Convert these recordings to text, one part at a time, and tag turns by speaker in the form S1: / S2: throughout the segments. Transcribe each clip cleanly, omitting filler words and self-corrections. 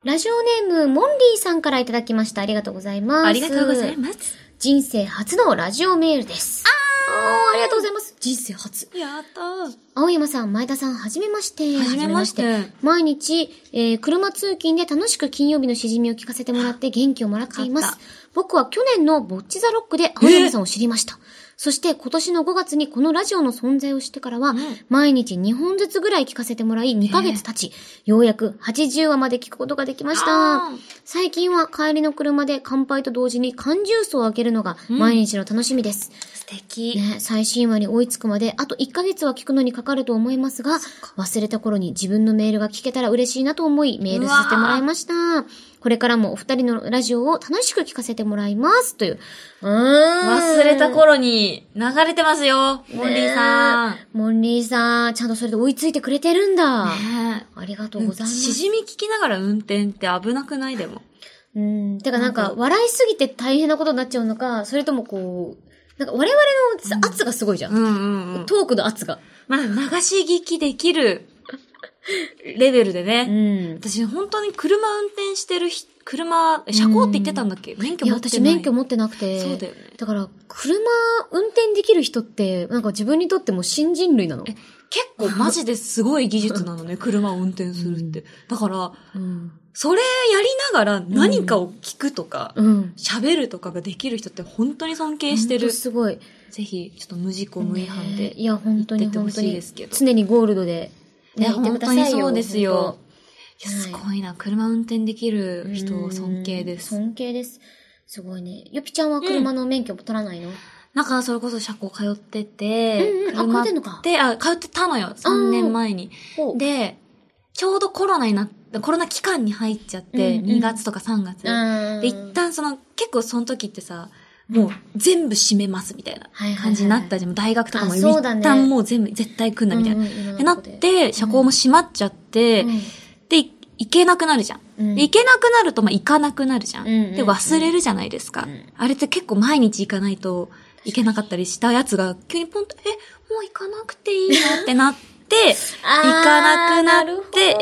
S1: ラジオネーム、モンリーさんからいただきました。ありがとうございます。
S2: ありがとうございます。
S1: 人生初のラジオメールです。ありがとうございます。人生初。
S2: やったー。
S1: 青山さん、前田さん、はじめまして。
S2: はじめまして。
S1: 毎日、車通勤で楽しく金曜日のしじみを聞かせてもらって元気をもらっています。僕は去年のボッチザロックで青山さんを知りました。そして今年の5月にこのラジオの存在を知ってからは、毎日2本ずつぐらい聞かせてもらい2ヶ月経ち、ようやく80話まで聞くことができました。最近は帰りの車で乾杯と同時に缶ジュースを開けるのが毎日の楽しみです。
S2: 素敵。
S1: ね、最新話に追いつくまであと1ヶ月は聞くのにかかると思いますが、忘れた頃に自分のメールが聞けたら嬉しいなと思いメールさせてもらいました。これからもお二人のラジオを楽しく聞かせてもらいます。という。
S2: 忘れた頃に流れてますよ、モンリーさん。
S1: モンリーさん、ちゃんとそれで追いついてくれてるんだ。
S2: ね、
S1: ありがとうございます。
S2: しじみ聞きながら運転って危なくないでも。
S1: てかなんか、笑いすぎて大変なことになっちゃうのか、それともこう、なんか我々の圧がすごいじゃん。トークの圧が。
S2: まあ、流し聞きできるレベルでね。私本当に車運転してる車高って言ってたんだっけ？免許持ってない。
S1: いや、私免許持ってなくて。
S2: そうだよね。
S1: だから、車運転できる人って、なんか自分にとっても新人類なの。
S2: 結構マジですごい技術なのね、車を運転するって。だから、それやりながら何かを聞くとか、喋るとかができる人って本当に尊敬してる。
S1: すごい。
S2: ぜひ、ちょっと無事故無違反で。
S1: いや、本当に
S2: ほしいですけど。
S1: 常にゴールドで。
S2: ね、本当にそうですよ。いや、すごいな。車運転できる人、尊敬です。
S1: 尊敬です。すごいね。ゆぴちゃんは車の免許も取らないの？
S2: なんか、それこそ車庫通ってて、
S1: 通ってんのか。
S2: 通ってたのよ。3年前に。で、ちょうどコロナ期間に入っちゃって、2月とか3月。で、一旦結構その時ってさ、もう全部閉めますみたいな感じになったじゃん。大学とかも一旦もう全部絶対来んなみたいな。ってなって、車庫も閉まっちゃって、で、行けなくなるじゃん。行けなくなると、行かなくなるじゃん。で、忘れるじゃないですか。あれって結構毎日行かないといけなかったりしたやつが、急にポンと、もう行かなくていいなってなって、行かなくなって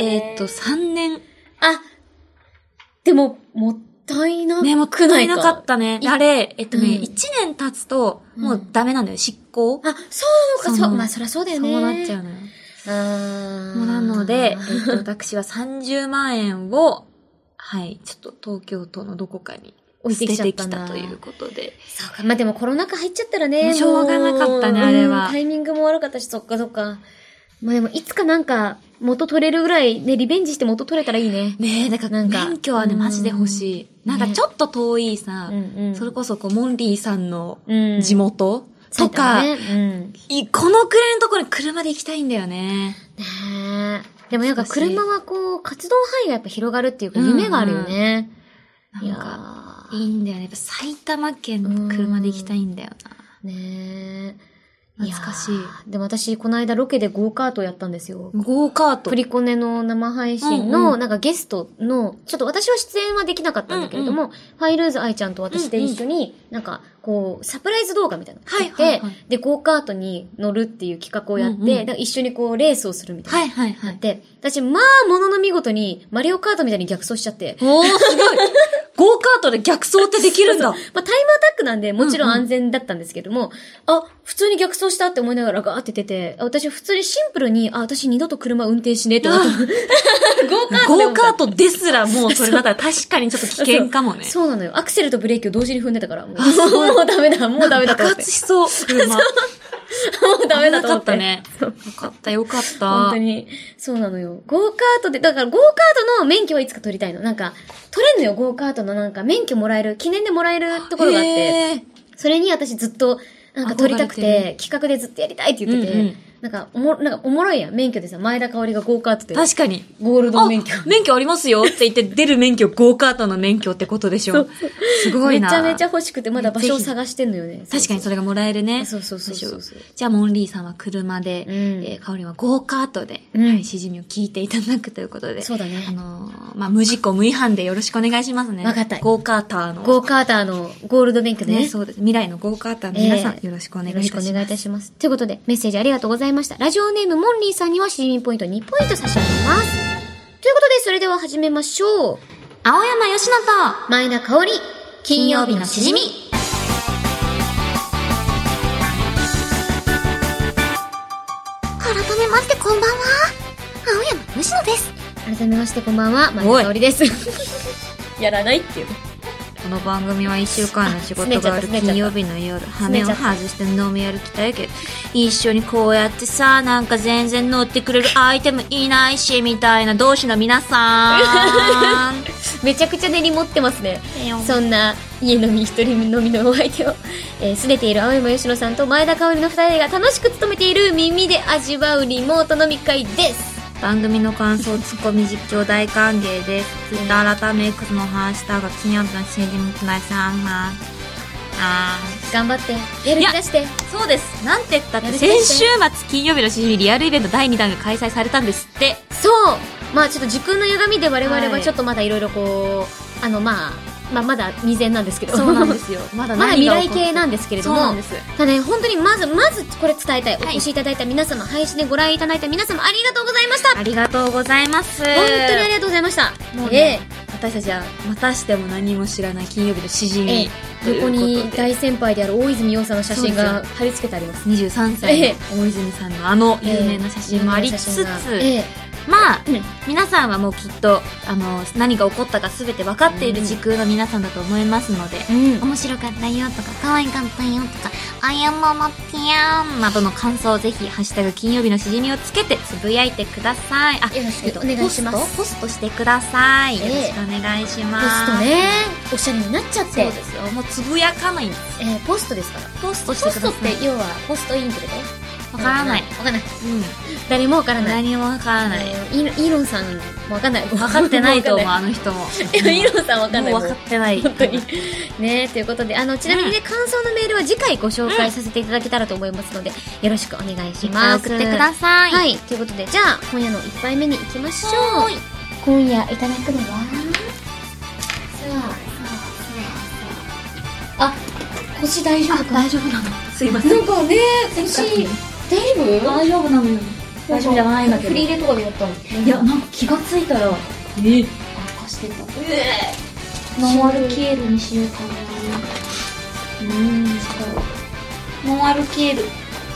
S2: 、3年。
S1: でも、もったいなくないか。
S2: ね、もったいなかったね。あれ、1年経つと、もうダメなんだよ、執行。
S1: そうなのか、まあ、そりゃそうだよね。
S2: そうなっちゃうのよ。もうなので、私は30万円を、はい、ちょっと東京都のどこかに捨ててきたということで。
S1: そうか。まあ、でもコロナ禍入っちゃったらね。
S2: しょうがなかったね、あれは。
S1: タイミングも悪かったし、そっか。まあでも、いつかなんか、元取れるぐらい、ね、リベンジして元取れたらいいね。
S2: ねえ、だから免許はね、マジで欲しい。なんかちょっと遠いさ、それこそモンリーさんの地元とか、このくらいのところに車で行きたいんだよね。
S1: ねえ。でもなんか車はこう、活動範囲がやっぱ広がるっていうか、夢があるよね。
S2: なんか、いいんだよね。やっぱ埼玉県の車で行きたいんだよな。
S1: ねえ。
S2: 懐かしい。
S1: でも私、この間ロケでゴーカートやったんですよ。
S2: ゴーカート？
S1: プリコネの生配信の、なんかゲストの、ちょっと私は出演はできなかったんだけれども、ファイルーズ愛ちゃんと私で一緒に、なんか、こう、サプライズ動画みたいなのを撮って、で、ゴーカートに乗るっていう企画をやって、一緒にこう、レースをするみたいな。やって、私、まあ、ものの見事に、マリオカートみたいに逆走しちゃって。
S2: すごいゴーカートで逆走ってできるんだ。
S1: まあ、タイムアタックなんで、もちろん安全だったんですけども、普通に逆走したって思いながらガーって出て、私普通にシンプルに、私二度と車運転しねえってなった。
S2: ゴーカートですらもうそれだったら確かにちょっと危険かもね。
S1: そうなのよ。アクセルとブレーキを同時に踏んでたから、もうダメだと思って。
S2: 爆発しそう、車。
S1: もうダメだと思って。
S2: よかったね。よかった。
S1: 本当に。そうなのよ。ゴーカートで、だからゴーカートの免許はいつか取りたいの。なんか、取れんのよ、ゴーカートのなんか免許もらえる、記念でもらえるところがあって。それに私ずっと、なんか取りたくて、企画でずっとやりたいって言ってて、なんかおもろいやん。免許でさ、前田香織がゴーカートで。
S2: 確かに。
S1: ゴールド免許。
S2: 免許ありますよって言って出る免許、ゴーカートの免許ってことでしょ。すごいな。
S1: めちゃめちゃ欲しくて、まだ場所を探してんのよね。
S2: 確かにそれがもらえるね。
S1: そう。
S2: じゃあ、モンリーさんは車で、香織はゴーカートで、しじみを聞いていただくということで。
S1: そうだね。
S2: まあ、無事故無違反でよろしくお願いしますね。
S1: わかった。
S2: ゴーカーターの。
S1: ゴーカーターのゴールド免許でね。
S2: そうです。未来のゴーカーターの皆さん、よろしくお願いいたします。
S1: よろしくお願いいたします。ということで、メッセージありがとうございました。ラジオネームモンリーさんにはしじみポイント2ポイント差し上げます。ということで、それでは始めましょう。
S2: 青山よしのと
S1: 前田香織、
S2: 金曜日のしじみ。
S3: 改めましてこんばんは、青山よしのです。
S1: 改めましてこんばんは、前田香織です。やらないっていう。
S2: この番組は1週間の仕事がある金曜日の夜、羽目を外して飲み歩きたいけど、一緒にこうやってさ、なんか全然乗ってくれる相手もいないし、みたいな同志の皆さん。
S1: めちゃくちゃ練り持ってますね。そんな家飲み一人飲みのお相手を、すねている青山吉野さんと前田香織の二人が楽しく務めている耳で味わうリモート飲み会です。
S2: 番組の感想、ツッコミ、実況大歓迎です。ツイッター改め X のハッシュタグ、金曜日のしじみくださいま
S1: 頑張ってやる気出して。
S2: そうです。なんて言ったって先週末金曜日のしじみリアルイベント第2弾が開催されたんですって。
S1: そう。まあちょっと時空の歪みで我々はちょっとまだいろいろこうまだ未然なんですけど。
S2: そうなんですよ。まだ
S1: 未来系なんですけれども。
S2: そうなんです。
S1: ただね、本当にまずこれ伝えたい。お越しいただいた皆様、配信でご覧いただいた皆様、ありがとうございました。
S2: ありがとうございます。
S1: 本当にありがとうございました。
S2: もうね、私たちはまたしても何も知らない金曜日のしじみ。
S1: 横に大先輩である大泉洋さんの写真が貼り付けてあります。
S2: 23歳の大泉さんのあの有名な写真もありつつ、まあ、皆さんはもうきっと、何が起こったか全て分かっている時空の皆さんだと思いますので、
S3: 面白かったよとか、可愛かったよとか、あやままぴやーん
S2: などの感想をぜひ、ハッシュタグ金曜日のしじみをつけてつぶやいてください。
S1: よろしくお願いします。
S2: ポストしてください。よろしくお願いします。
S1: ポストね、おしゃれになっちゃって。
S2: そうですよ。もうつぶやかないんです。
S1: ポストですから。
S2: ポストしてください。
S1: ポストって要はポストインってこと？
S2: わからない。
S1: わかんない。誰もわからない。
S2: 何もわからない。
S1: イーロンさんもわかんない。
S2: 分かってないと思う、あの人も。
S1: イーロンさんわかんない。
S2: もう分かってない。
S1: 本当に。ね、ということで、ちなみにね、感想のメールは次回ご紹介させていただけたらと思いますので、よろしくお願いします。
S2: 送ってください。
S1: はい。ということで、じゃあ、今夜の1杯目に行きましょう。今夜いただくのは、腰大丈夫か？
S2: 大丈夫なの。すいません。
S1: なんかね、腰、大丈夫？
S2: 大丈夫なのよ。大丈夫じゃないんだけど。
S1: 振り入れとかでやったの？
S2: いや、なんか気がついたら、悪化してた。ノンアルケールにしようかな。ノンアルケール。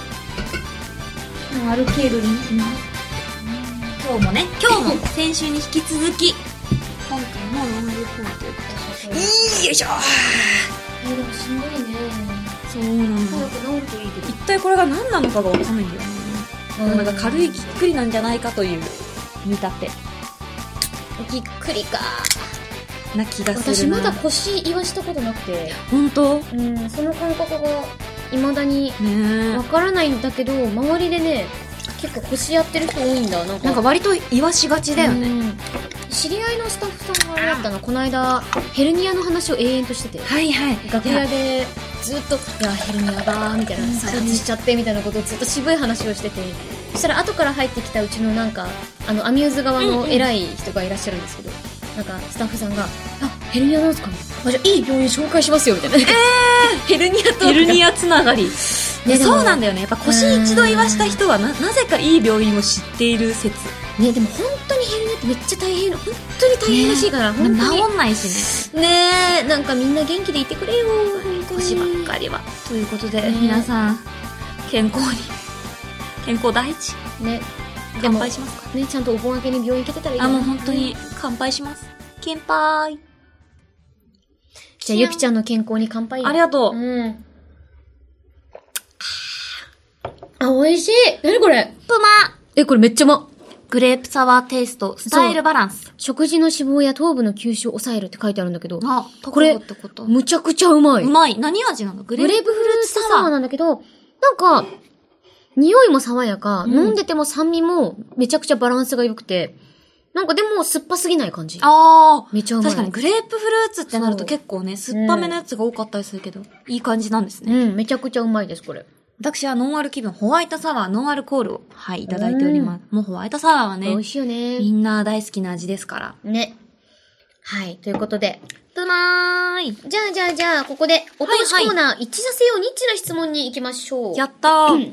S2: ノンアルケールにします。今日も先週に引き続き、今回もノンアルコールということで。よいしょ
S1: でもしんどいね。
S2: そうなの。
S1: 早く治るといいけど。
S2: 一体これが何なのかがわかんないんだよね。なんか軽いぎっくりなんじゃないかという見立て。
S1: ぎっくりか。
S2: な気がするな。
S1: 私まだ腰言わしたことなくて。
S2: 本当？
S1: その感覚が未だにわからないんだけど、周りでね、結構腰やってる人多いんだ。
S2: なんか割と言わしがちだよね。
S1: 知り合いのスタッフさんがあれだったの、この間ヘルニアの話を永遠としてて、楽屋でずっといやヘルニアだーみたいな、再発しちゃってみたいなことをずっと渋い話をしてて、そしたら後から入ってきたうちのなんかアミューズ側の偉い人がいらっしゃるんですけど、なんかスタッフさんがヘルニアなんですかね、じゃあいい病院紹介しますよみたいな、ヘルニアつながりそうなんだよね。やっぱ腰一度言わした人はなぜかいい病院を知っている説ね。でも本当にヘルニアってめっちゃ大変、本当に大変らしいから、
S2: 本当に治んないしね。
S1: ねえ、なんかみんな元気でいてくれよ、
S2: 腰ばっかりは。ということで、皆さん健康第一
S1: ね。
S2: 乾杯しますか
S1: ね。ちゃんとお盆明けに病院行けてたらいいな。
S2: もう本当に乾杯します。乾杯。
S1: じゃあゆきちゃんの健康に乾杯。
S2: ありがとう。
S1: 美味しい。何これ？
S2: プマ。
S1: これめっちゃ
S2: グレープサワーテイスト、スタイルバランス。
S1: 食事の脂肪や糖分の吸収を抑えるって書いてあるんだけど。
S2: これ、
S1: むちゃくちゃうまい。
S2: うまい。何味なの？
S1: グレープフルーツサワーなんだけど、なんか、匂いも爽やか、飲んでても酸味もめちゃくちゃバランスが良くて、なんかでも酸っぱすぎない感じ。めちゃうまい。
S2: 確かにグレープフルーツってなると結構ね、酸っぱめのやつが多かったりするけど、いい感じなんですね。
S1: めちゃくちゃうまいです、これ。
S2: 私はノンアル気分、ホワイトサワー、ノンアルコールを、いただいております。もうホワイトサワーはね、
S1: 美味しいよね。
S2: みんな大好きな味ですから。
S1: ね。はい、ということで。
S2: プマーイ。
S1: じゃあ、ここで、お通しコーナー、一致させようニッチな質問に行きましょう。
S2: やったー。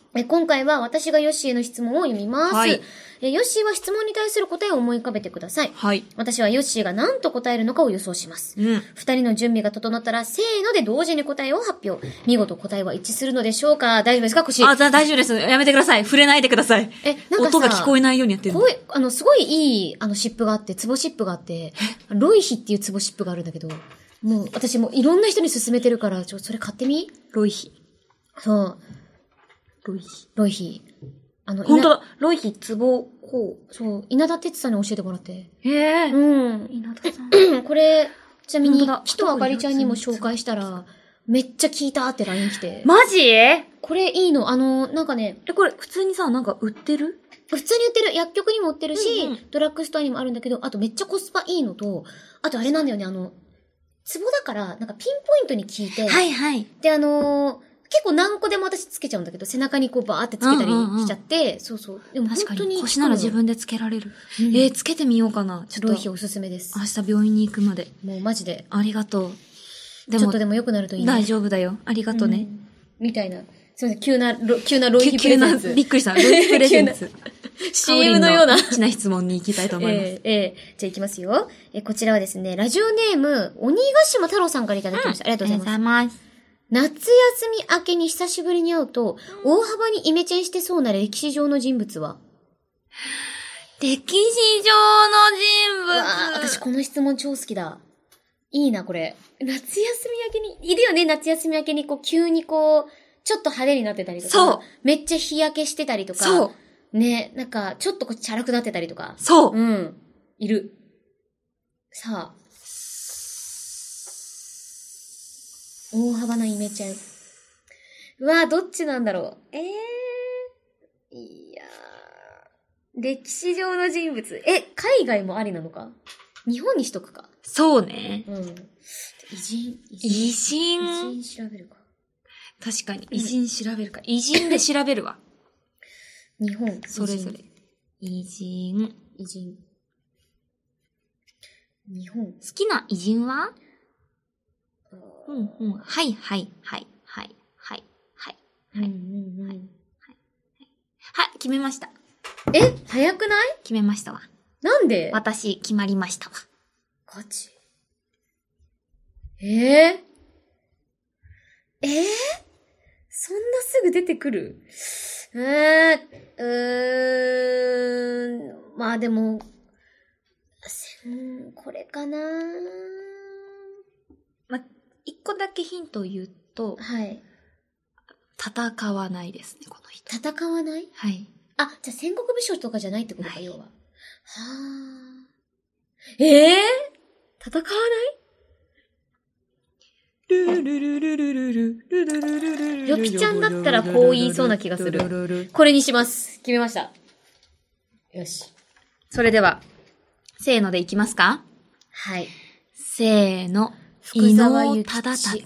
S1: 今回は私がヨッシーへの質問を読みます。
S2: はい。
S1: ヨッシーは質問に対する答えを思い浮かべてください。
S2: はい。
S1: 私はヨッシーが何と答えるのかを予想します。
S2: うん。
S1: 二人の準備が整ったら、せーので同時に答えを発表。見事答えは一致するのでしょうか？大丈夫ですか？腰。
S2: 大丈夫です。やめてください。触れないでください。
S1: なんかさ、
S2: 音が聞こえないようにやってるの。
S1: こうすごいいい、シップがあって、ツボシップがあって、ロイヒっていうツボシップがあるんだけど、もう、私もういろんな人に勧めてるから、それ買ってみ？
S2: ロイヒ。
S1: そう。ロイヒ。
S2: 本当だ。ロイヒ、ツボ、
S1: こう。そう。稲田哲さんに教えてもらって。
S2: へえ。
S1: うん。
S2: 稲田さん。
S1: これ、ちなみに、
S2: 本
S1: 木とあかりちゃんにも紹介したら、めっちゃ聞いたって LINE 来て。
S2: マジ？
S1: これいいの。なんかね。
S2: これ、普通にさ、なんか売ってる？
S1: 普通に売ってる。薬局にも売ってるし、ドラッグストアにもあるんだけど、あとめっちゃコスパいいのと、あとあれなんだよね、ツボだから、なんかピンポイントに効いて。
S2: はいはい。
S1: で、結構何個でも私つけちゃうんだけど、背中にこうバーってつけたりしちゃって、そうそう。でも
S2: 確か
S1: 本当に。
S2: 腰なら自分でつけられる。つけてみようかな。
S1: ちょっと。ロイヒおすすめです。
S2: 明日病院に行くまで。
S1: もうマジで。
S2: ありがとう。
S1: ちょっとでも良くなるといいね。
S2: 大丈夫だよ。ありがとうね。
S1: みたいな。すいません、急なロイヒプレゼンツ。
S2: びっくりした。ロイヒプレゼンツ。
S1: CM のような。
S2: ちな質問に行きたいと思います。
S1: じゃあ行きますよ。こちらはですね、ラジオネーム、鬼ヶ島太郎さんからいただきました。ありがとうございます。夏休み明けに久しぶりに会うと、大幅にイメチェンしてそうな歴史上の人物は？
S2: 歴史上の人物。
S1: 私この質問超好きだ。いいな、これ。夏休み明けに、いるよね、夏休み明けに急にちょっと派手になってたりとか。
S2: そう。
S1: めっちゃ日焼けしてたりとか。
S2: そう。
S1: ね、なんか、ちょっとチャラくなってたりとか。
S2: そう。
S1: うん。いる。さあ。大幅なイメチェン。うわぁ、どっちなんだろう。いやー。歴史上の人物。海外もありなのか？日本にしとくか。
S2: そうね。
S1: うん。
S2: 偉人
S1: 調べるか。
S2: 確かに。偉人調べるか。偉人で調べるわ。
S1: 日本。
S2: それぞれ。偉人。
S1: 日本。
S2: 好きな偉人は？はい。はい。決めました。
S1: 早くない？
S2: 決めましたわ。
S1: なんで？
S2: 私、決まりましたわ。
S1: ガチ？そんなすぐ出てくる？まあでも、これかな。
S2: 一個だけヒントを言うと、
S1: はい。
S2: 戦わないですね、この人。
S1: 戦わない？
S2: はい。
S1: じゃあ戦国武将とかじゃないってことか、要は。はぁ。戦わない？よきちゃんだったらこう言いそうな気がする。これにします。決めました。よし。
S2: それでは、せーのでいきますか？
S1: はい。
S2: せーの。
S1: 福沢諭吉。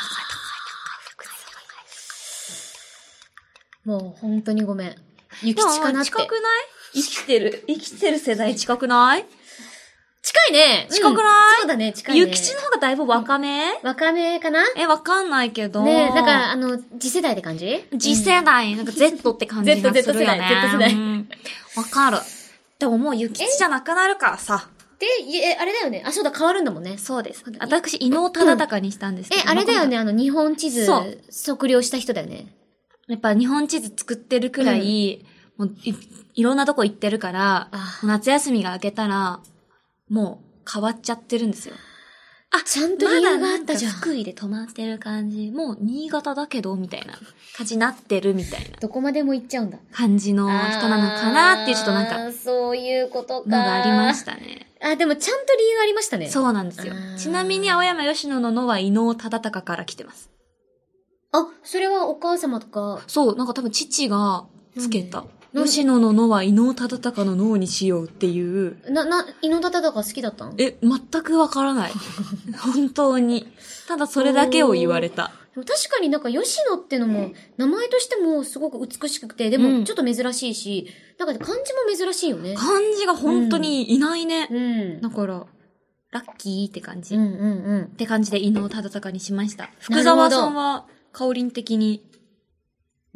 S1: もう本当にごめん。諭吉かなって。
S2: 近くない？生きてる世代近くない？
S1: 近いね。
S2: 近くない？
S1: そうだね、近いね。
S2: 諭吉の方がだいぶ若め？
S1: 若めかな？
S2: わかんないけど。
S1: ね、なんか次世代って感じ？
S2: 次世代、なんか Z って感じがするよね。
S1: Z 世代。
S2: わかる。でももう諭吉じゃなくなるからさ。
S1: で、あれだよね。そうだ、変わるんだもんね。
S2: そうです。私、伊能忠敬にしたんですけど。
S1: あれだよね、日本地図、測量した人だよね。
S2: やっぱ日本地図作ってるくらい、もういろんなとこ行ってるから、夏休みが明けたら、もう変わっちゃってるんですよ。
S1: ちゃんと理由があったじゃん。
S2: 福井で泊まってる感じ。もう新潟だけど、みたいな感じになってるみたいな。
S1: どこまでも行っちゃうんだ。
S2: 感じの人なのかなっていう、ちょっとなんか。
S1: そういうことか。
S2: のがありましたね。
S1: でもちゃんと理由ありましたね。
S2: そうなんですよ。ちなみに青山吉野ののは伊能忠敬から来てます。
S1: それはお母様とか。
S2: そう、なんか多分父がつけた。吉野ののは伊能忠敬ののにしようっていう。
S1: 伊能忠敬好きだったん？
S2: 全くわからない。本当に。ただそれだけを言われた。
S1: 確かになんか吉野ってのも、名前としてもすごく美しくて、でもちょっと珍しいし、なんか漢字も珍しいよね。
S2: 漢字が本当にいないね。だから、ラッキーって感じ。って感じで伊能忠敬にしました。福沢さんは、香り的に。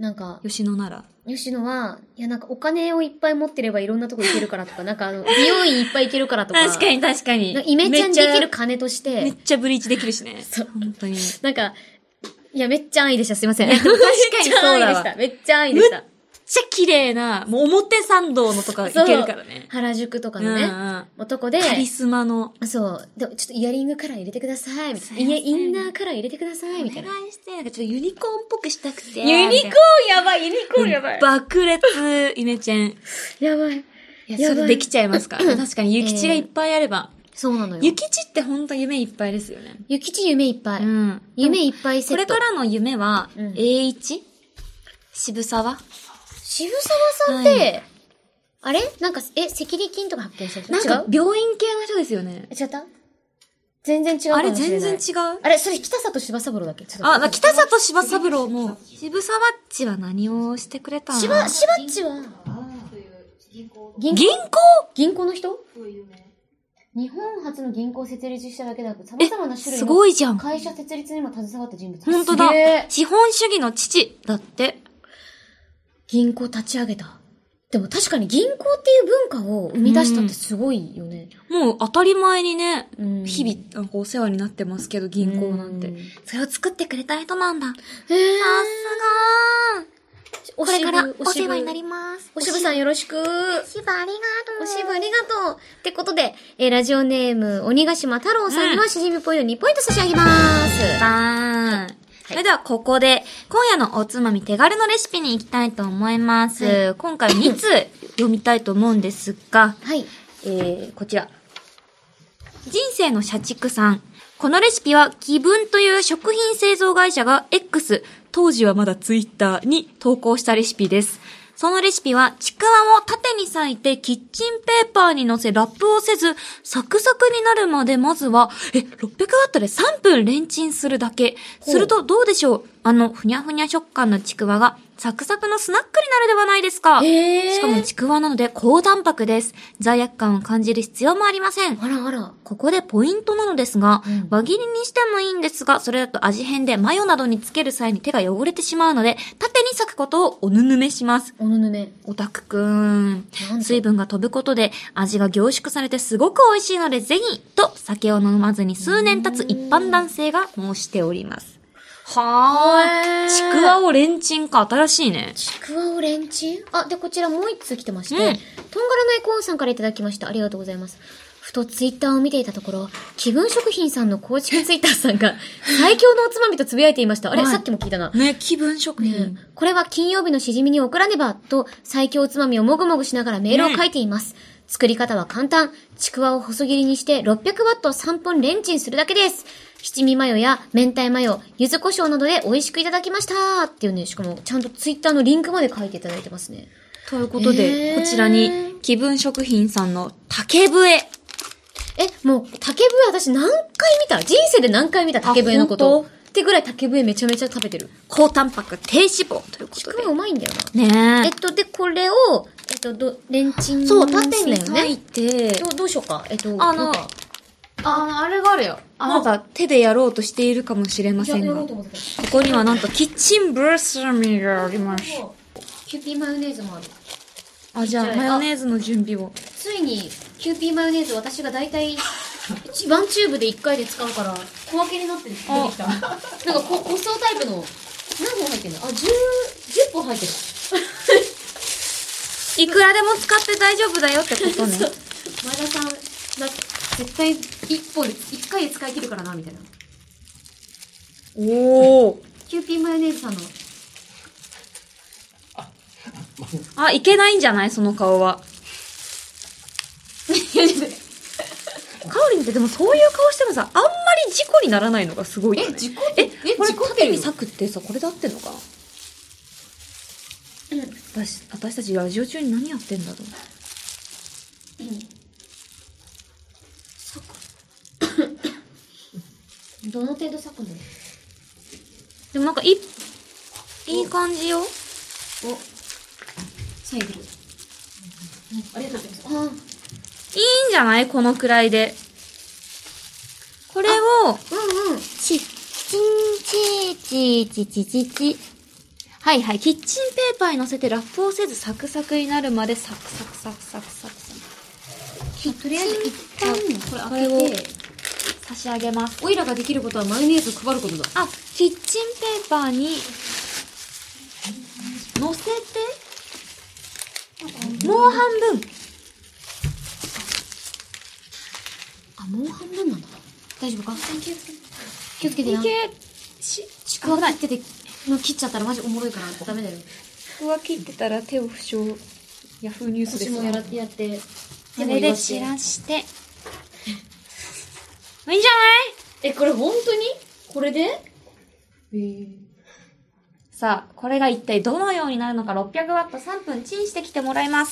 S1: なんか、
S2: 吉野なら。
S1: 吉野は、いやなんかお金をいっぱい持ってればいろんなとこ行けるからとか、なんか美容院いっぱい行けるからとか。
S2: 確かに確かに。
S1: イメチェンできる金として。
S2: めっちゃブリーチできるしね。
S1: そう。
S2: 本当に。
S1: なんか、いやめっちゃ安易でした。すいません。
S2: 確かにそうだわ。
S1: めっちゃ安易でした。
S2: めっちゃ綺麗な、もう表参道のとか行けるからね。
S1: 原宿とかのね、男で。
S2: カリスマの。
S1: そう。でちょっとイヤリングカラー入れてください。みたいな。インナーカラー入れてください。みたいな。
S2: お願いして、なんかちょっとユニコーンっぽくしたくて。
S1: ユニコーンやばい、ユニコーンやばい。
S2: 爆裂イメチェン。
S1: やばい。
S2: いや、それできちゃいますから。確かに、ゆきちがいっぱいあれば。
S1: そうなのよ。
S2: ゆきちってほんと夢いっぱいですよね。
S1: ゆきち夢いっぱい。
S2: うん。
S1: 夢いっぱいセット。
S2: これからの夢は、A1？ 渋沢
S1: 渋沢さんって、あれなんか、赤痢菌とか発見した人？
S2: なんか、病院系の人ですよね。
S1: 違った？全然違うかもしれない。
S2: あれ全然違う？
S1: あれそれ北里柴三郎だっけ？
S2: あ、北里柴三郎も、渋沢っちは何をしてくれたの？
S1: 柴っちは、銀行の人？日本初の銀行を設立しただけでなく、様々な種類の会社設立にも携わった人物。
S2: 本当だ。資本主義の父だって。
S1: 銀行立ち上げた。でも確かに銀行っていう文化を生み出したってすごいよね。
S2: もう当たり前にね、日々なんかお世話になってますけど、銀行なんて。それを作ってくれた人なんだ。さすがー。これからお世話になります。
S1: おしぶさんよろしく。
S3: おしぶありがとう。
S1: おしぶありがとう。ってことで、ラジオネーム、鬼ヶ島太郎さんにはしじみポイント2ポイント差し上げます。
S2: それではここで、今夜のおつまみ手軽のレシピに行きたいと思います。今回2つ読みたいと思うんですが、
S1: はい。
S2: こちら。人生の社畜さん。このレシピは、気分という食品製造会社が X、当時はまだツイッターに投稿したレシピです。そのレシピは、ちくわを縦に裂いてキッチンペーパーに乗せラップをせず、サクサクになるまでまずは、600ワットで3分レンチンするだけ。するとどうでしょう？ふにゃふにゃ食感のちくわがサクサクのスナックになるではないですか。しかもちくわなので高タンパクです。罪悪感を感じる必要もありません。
S1: あらあら。
S2: ここでポイントなのですが、輪切りにしてもいいんですが、それだと味変でマヨなどにつける際に手が汚れてしまうので、縦に裂くことをおぬぬめします。
S1: おぬぬめ。
S2: オタクくん。水分が飛ぶことで味が凝縮されてすごく美味しいのでぜひ、と酒を飲まずに数年経つ一般男性が申しております。はー。ちくわをレンチンか、新しいね。
S1: ちくわをレンチン？あ、で、こちらもう一通来てまして、とんがらないコーンさんからいただきました。ありがとうございます。ふとツイッターを見ていたところ、気分食品さんの公式ツイッターさんが、最強のおつまみとつぶやいていました。あれ、さっきも聞いたな。
S2: ね、気分食品。
S1: これは金曜日のしじみに送らねば、と、最強おつまみをもぐもぐしながらメールを書いています。作り方は簡単。ちくわを細切りにして600ワット3分レンチンするだけです。七味マヨや明太マヨ、柚子胡椒などで美味しくいただきましたっていうね、しかもちゃんとツイッターのリンクまで書いていただいてますね。
S2: ということで、こちらに気分食品さんの竹笛。
S1: もう竹笛私何回見た？人生で何回見た竹笛のこと。ってぐらい竹笛めちゃめちゃ食べてる。
S2: 高タンパク、低脂肪ということで。
S1: ちくわうまいんだよ
S2: な。ね
S1: で、これを、レンチン
S2: そう、縦に裂いて。
S1: どうしようか。
S2: あれがあるよ。あなた手でやろうとしているかもしれませんが。ここにはなんとキッチンブラスミがあります。
S1: キューピーマヨネーズもある。
S2: あ、じゃあマヨネーズの準備を。
S1: ついにキューピーマヨネーズ私がだいたいワンチューブで1回で使うから小分けになって出てきた。なんか個装タイプの何本入ってんの？あ、10本入ってる。
S2: いくらでも使って大丈夫だよってことね。
S1: 前田さん絶対1回で使い切るからなみたいな。
S2: おー。
S1: キューピーマヨネーズさんの。
S2: あ、いけないんじゃないその顔は。カオリンってでもそういう顔してもさ、あんまり事故にならないのがすごいよね。これ縦に裂くってさ、これで合ってんのかな？私たちラジオ中に何やってんだろ
S1: う。どの程度裂くの？
S2: でもなんかいい感じよ。お、
S1: 裂いてる。ありがとうございます。
S2: いいんじゃないこのくらいで。これを、 はいはい。キッチンペーパーに乗せてラップをせずサクサクになるまでサクサクサクサクサクサク。
S1: とりあえず一旦、これ開けて、
S2: 差し上げます。
S1: オイラができることはマヨネーズ配ることだ。
S2: あ、キッチンペーパーに乗せて、もう半分。
S1: あ、もう半分なんだ。大丈夫か？気をつけてな。ちくわ切ってて、切っちゃったらマジおもろいからダメだよ。
S2: ちくわ切ってたら手を負傷。ヤフーニュースです。
S1: 私もやって。
S2: これで散らして。いいんじゃない？
S1: これ本当に？これで？
S2: さあ、これが一体どのようになるのか600ワット3分チンしてきてもらいます。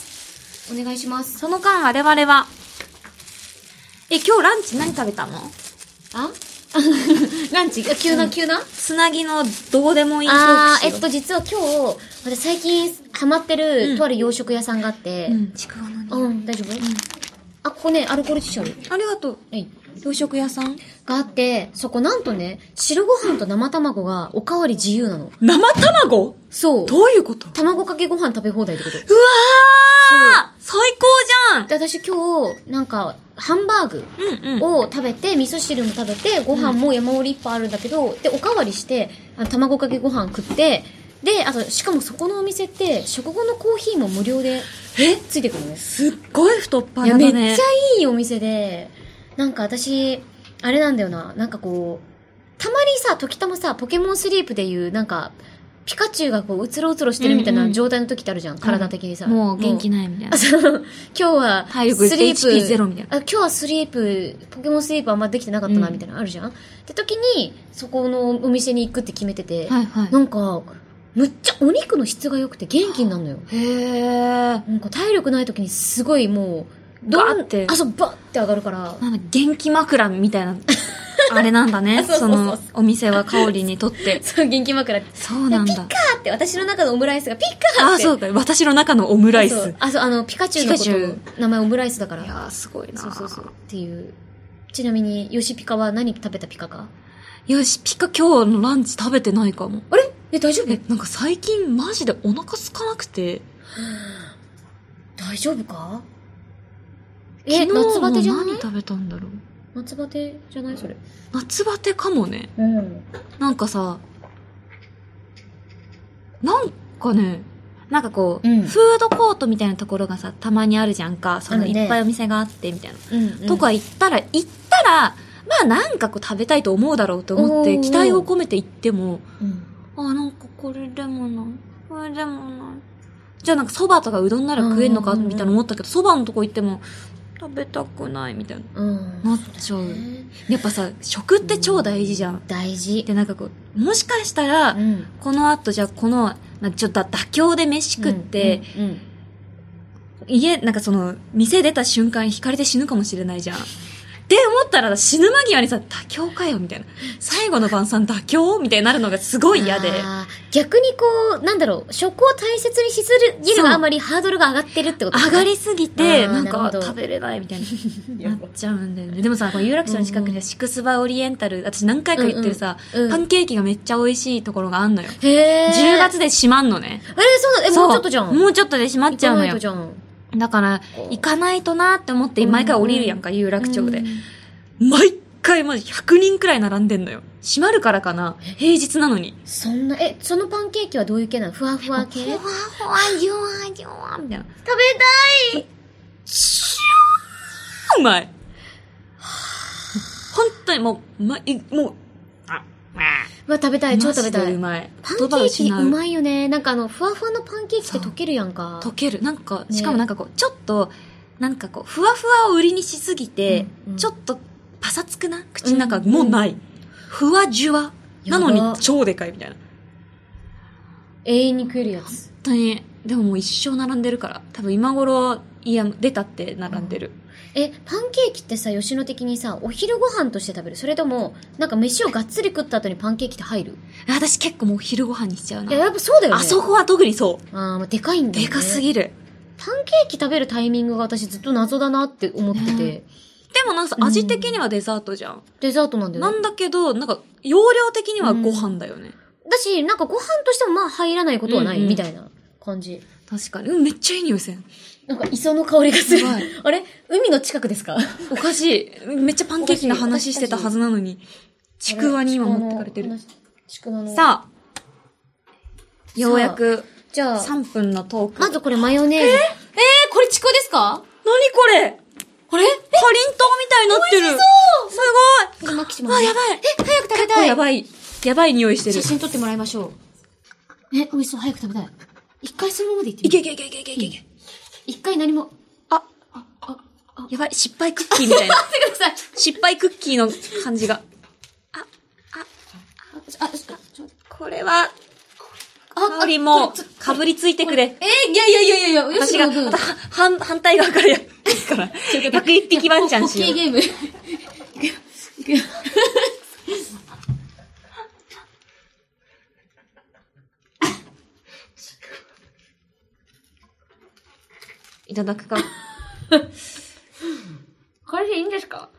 S1: お願いします。
S2: その間我々は、今日ランチ何食べたの？
S1: あランチ急な
S2: つなぎのどうでもいいトーク
S1: 実は今日、私最近ハマってる、とある洋食屋さんがあって、
S2: ちくわのに。
S1: 大丈夫？あ、ここね、アルコールティッシュある。
S2: ありがとう。洋食屋さん
S1: があって、そこなんとね、白ご飯と生卵がおかわり自由なの。
S2: 生卵？
S1: そう。
S2: どういうこと？
S1: 卵かけご飯食べ放題ってこと。
S2: うわー！最高じゃん！
S1: で、私今日、ハンバーグを食べて、味噌汁も食べて、ご飯も山盛り一杯あるんだけど、で、おかわりして、卵かけご飯食って、で、あと、しかもそこのお店って、食後のコーヒーも無料で、ついてくるのね。
S2: すっごい太っ腹だね。
S1: いや、めっちゃいいお店で、私、あれなんだよな、たまにさ、時たまさ、ポケモンスリープでいう、ピカチュウがうつろうつろしてるみたいな状態の時ってあるじゃん、体的にさ。
S2: もう元気ないみたいな。
S1: 今日は、
S2: 体力
S1: スリープ、
S2: 0みたいな。
S1: 今日はスリープ、ポケモンスリープあんまできてなかったな、みたいなのあるじゃん。って時に、そこのお店に行くって決めてて、むっちゃお肉の質が良くて元気になるのよ。
S2: へー。
S1: 体力ない時にすごいもう、
S2: バッて。
S1: バッて上がるから。
S2: 元気枕みたいな。あれなんだね。そのお店は香りにとって。
S1: そう、元気枕。
S2: そうなんだ。
S1: ピッカーって私の中のオムライスがピッカーって。
S2: そうか。私の中のオムライス。
S1: ピカチュウのこと名前オムライスだから。
S2: いやー、すごいな。
S1: そう。っていう。ちなみに、ヨシピカは何食べたピカか？
S2: ヨシピカ今日のランチ食べてないかも。
S1: あれ？大丈夫？
S2: 最近マジでお腹空かなくて。
S1: 大丈夫か？
S2: 夏
S1: バテじゃない？
S2: 何食べたんだろう。
S1: 夏バテじゃないそれ。
S2: 夏バテかもね。
S1: うん。
S2: さ、フードコートみたいなところがさ、たまにあるじゃんか。いっぱいお店があって、みたいな。とか行ったら、食べたいと思うだろうと思って、期待を込めて行っても、これでもない。これでもない。じゃあ蕎麦とかうどんなら食えんのかみたいな思ったけど、蕎麦のとこ行っても、食べたくないみたいな。なっちゃう。やっぱさ、食って超大事じゃん。
S1: 大事。
S2: で、もしかしたら、この後じゃあちょっと妥協で飯食って、店出た瞬間惹かれて死ぬかもしれないじゃん。って思ったら死ぬ間際にさ、妥協かよみたいな。最後の晩餐妥協みたいになるのがすごい嫌で。
S1: 逆に食を大切にしすぎるがあまりハードルが上がってるってこと？
S2: 上がりすぎて、食べれないみたいな。なっちゃうんだよね。でもさ、有楽町の近くにはシクスバオリエンタル、私何回か行ってるさ、パンケーキがめっちゃ美味しいところがあんのよ。10月で閉まんのね。
S1: もうちょっとじゃん。
S2: もうちょっとで閉まっちゃうのよ。
S1: 行かないとじゃん。
S2: だから、行かないとなって思って、毎回降りるやんか、有楽町で。毎回マジ100人くらい並んでんのよ。閉まるからかな？平日なのに。
S1: そんな、そのパンケーキはどういう系なの？ふわふわ系？
S2: ふわふわ、じゅわじゅわ、みたいな。
S1: 食べたい！
S2: うまい。本当に
S1: 食べたい、超食べたい。
S2: うまい。
S1: パンケーキうまいよね。ふわふわのパンケーキって溶けるやんか。
S2: 溶ける。しかもちょっと、ふわふわを売りにしすぎて、ちょっとパサつくな口の中もうない。ふわじゅわ。なのに超でかいみたいな。
S1: 永遠に食えるやつ。
S2: 本当に。でももう一生並んでるから。多分今頃、出たって並んでる。
S1: パンケーキってさ、吉野的にさ、お昼ご飯として食べる？それとも、飯をがっつり食った後にパンケーキって入る？
S2: 私結構もう昼ご飯にしちゃうな。
S1: いや、やっぱそうだよね。
S2: あそこは特にそう。
S1: でかいんだよね。
S2: でかすぎる。
S1: パンケーキ食べるタイミングが私ずっと謎だなって思ってて。で
S2: も味的にはデザートじゃん。
S1: デザートなんだよね。
S2: なんだけど、容量的にはご飯だよね。
S1: だし、なんかご飯としてもまあ入らないことはないみたいな感じ。
S2: 確かに。めっちゃいい匂いせん。
S1: なんか磯の香りがする。あれ海の近くですか？
S2: おかしい。めっちゃパンケーキの話してたはずなのに、ちくわに今持ってかれてる。
S1: ちくわの。
S2: さあ、ようやく、
S1: じゃあ、
S2: 3分のトーク。
S1: まずこれマヨネーズ。これちくわですか？
S2: 何これこれかりんとうみたいになってる。
S1: 美味し
S2: すごい。
S1: マキシマム。
S2: あ、やばい。
S1: 早く食べたい。
S2: やばい。やばい匂いしてる。
S1: 写真撮ってもらいましょう。美味しそう。早く食べたい。一回そのままでいってみる。
S2: いけいけいけいけいけいけ。
S1: 一回何も。
S2: やばい。失敗クッキーみたいな。
S1: 待ってください。
S2: 失敗クッキーの感じが。これは、香りも、かぶりついてくれ。
S1: いや、
S2: 私が、反対側からやってるから。101匹ワンちゃんしよう。
S1: ホッケーゲーム。いくよ。
S2: いただくか。
S1: これでいいんですか？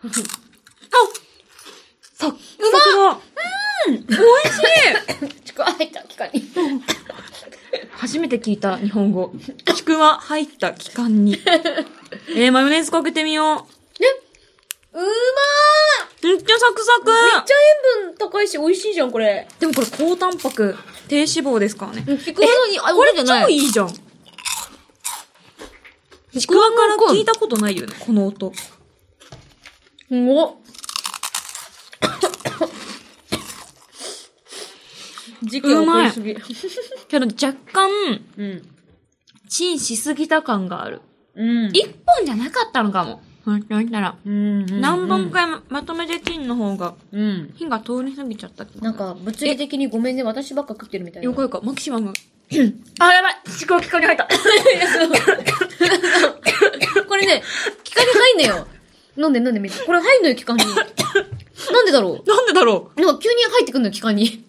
S2: うまっ！美味しい！
S1: ちくわ入った期間に。
S2: 初めて聞いた日本語。ちくわ入った期間に。マヨネーズかけてみよう。
S1: うまー！
S2: めっちゃサクサク！
S1: めっちゃ塩分高いし美味しいじゃん、これ。
S2: でもこれ高タンパク、低脂肪ですからね。
S1: ちくわに、
S2: これ超いいじゃん。ちくわから聞いたことないよね、この音。
S1: 時期が遅いすぎ。
S2: けど若干、チンしすぎた感がある。一本じゃなかったのかも。言ったら。何本かまとめてチンの方が、火が通りすぎちゃったけど。
S1: なんか、物理的にごめんね、私ばっか食ってるみたいな。
S2: よかよか、マキシマム。あ、やばい！ちくわ機械に入った。
S1: これね、機械に入んねよ。飲んでみて。これ入んのよ、機械に。なんでだろう？
S2: なんでだろ
S1: なんか急に入ってくんのよ、機械に。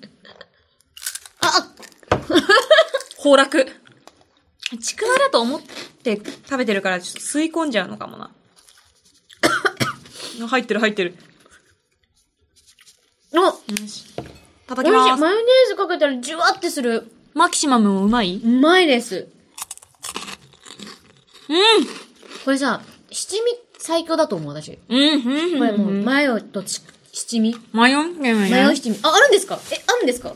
S2: 崩落。ちくわだと思って食べてるから、ちょっと吸い込んじゃうのかもな。入ってる。よし。叩きます。
S1: マヨネーズかけたらジュワってする。
S2: マキシマムもうまい？
S1: うまいです。これさ、七味最強だと思う、私。これもう、マヨと七味。
S2: マヨ
S1: 七味。あるんですか？あるんですか？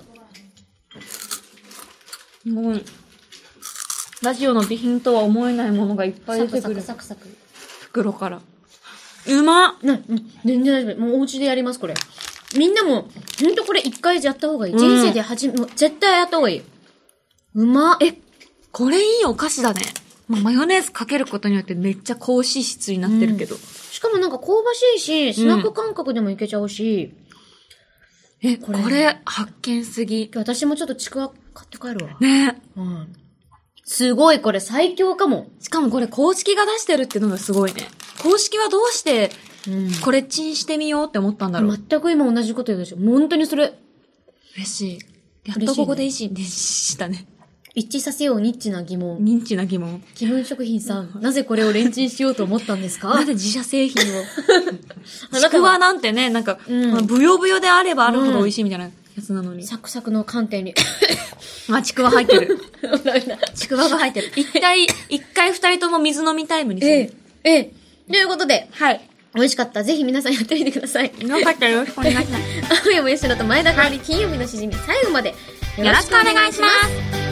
S2: もう、ラジオの備品とは思えないものがいっぱい出てくる。
S1: サクサク。
S2: 袋から。うまっ！
S1: 全然大丈夫。もうお家でやります、これ。みんなも、ほんとこれ一回やった方がいい。人生でもう絶対やった方がいい。うまっ！
S2: これいいお菓子だね。マヨネーズかけることによってめっちゃ高脂質になってるけど。
S1: しかもなんか香ばしいし、スナック感覚でもいけちゃうし。
S2: これ発見すぎ。
S1: 私もちょっとちくわ買って帰るわ。
S2: ね。
S1: すごい、これ最強かも。
S2: しかもこれ公式が出してるっていうのがすごいね。公式はどうして、これチンしてみようって思ったんだろう。
S1: 全く今同じこと言うでしょ。本当にそれ。
S2: 嬉しい。やっとここでしたね。
S1: 一致させようニッチな疑問。
S2: ニッチな疑問。
S1: 気分食品さん、なぜこれをレンチンしようと思ったんですか？
S2: なぜ自社製品を。ちくわなんてね、なんか、ブヨブヨであればあるほど美味しいみたいなやつなのに。
S1: サクサクの寒天に。
S2: ちくわ入ってる。ちくわが入ってる。一回二人とも水飲みタイムにする。
S1: ということで、
S2: はい。
S1: 美味しかった。ぜひ皆さんやってみてください。
S2: よかったらよろしくお願いします。
S1: 青山吉野と前田香織、金曜日のしじみ、最後まで
S2: よろしくお願いします。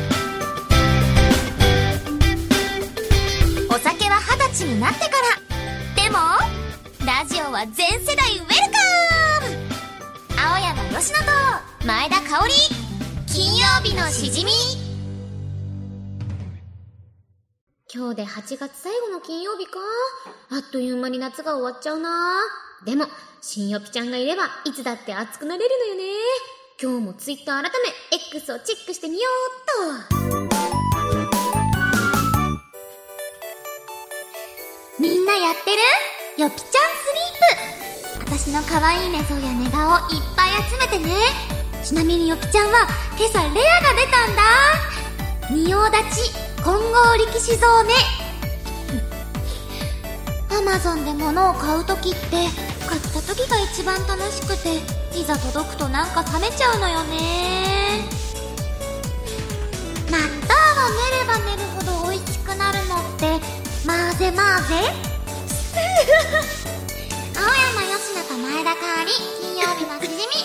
S3: お酒は20歳になってから。でもラジオは全世代ウェルカム。青山吉野と前田香織、金曜日のしじみ。
S1: 今日で8月最後の金曜日か。あっという間に夏が終わっちゃうな。でも新よぴちゃんがいればいつだって熱くなれるのよね。今日もツイッター改め X をチェックしてみようっと。
S3: みんなやってる？よぴちゃんスリープ。私の可愛い寝相や寝顔いっぱい集めてね。ちなみによぴちゃんは今朝レアが出たんだ。仁王立ち金剛力士像ね。アマゾンで物を買うときって買った時が一番楽しくて、いざ届くとなんか冷めちゃうのよね。納豆を練れば練るほど美味しくなるのってまぜまぜ青山よしなと前田香織、金曜日のしじみ。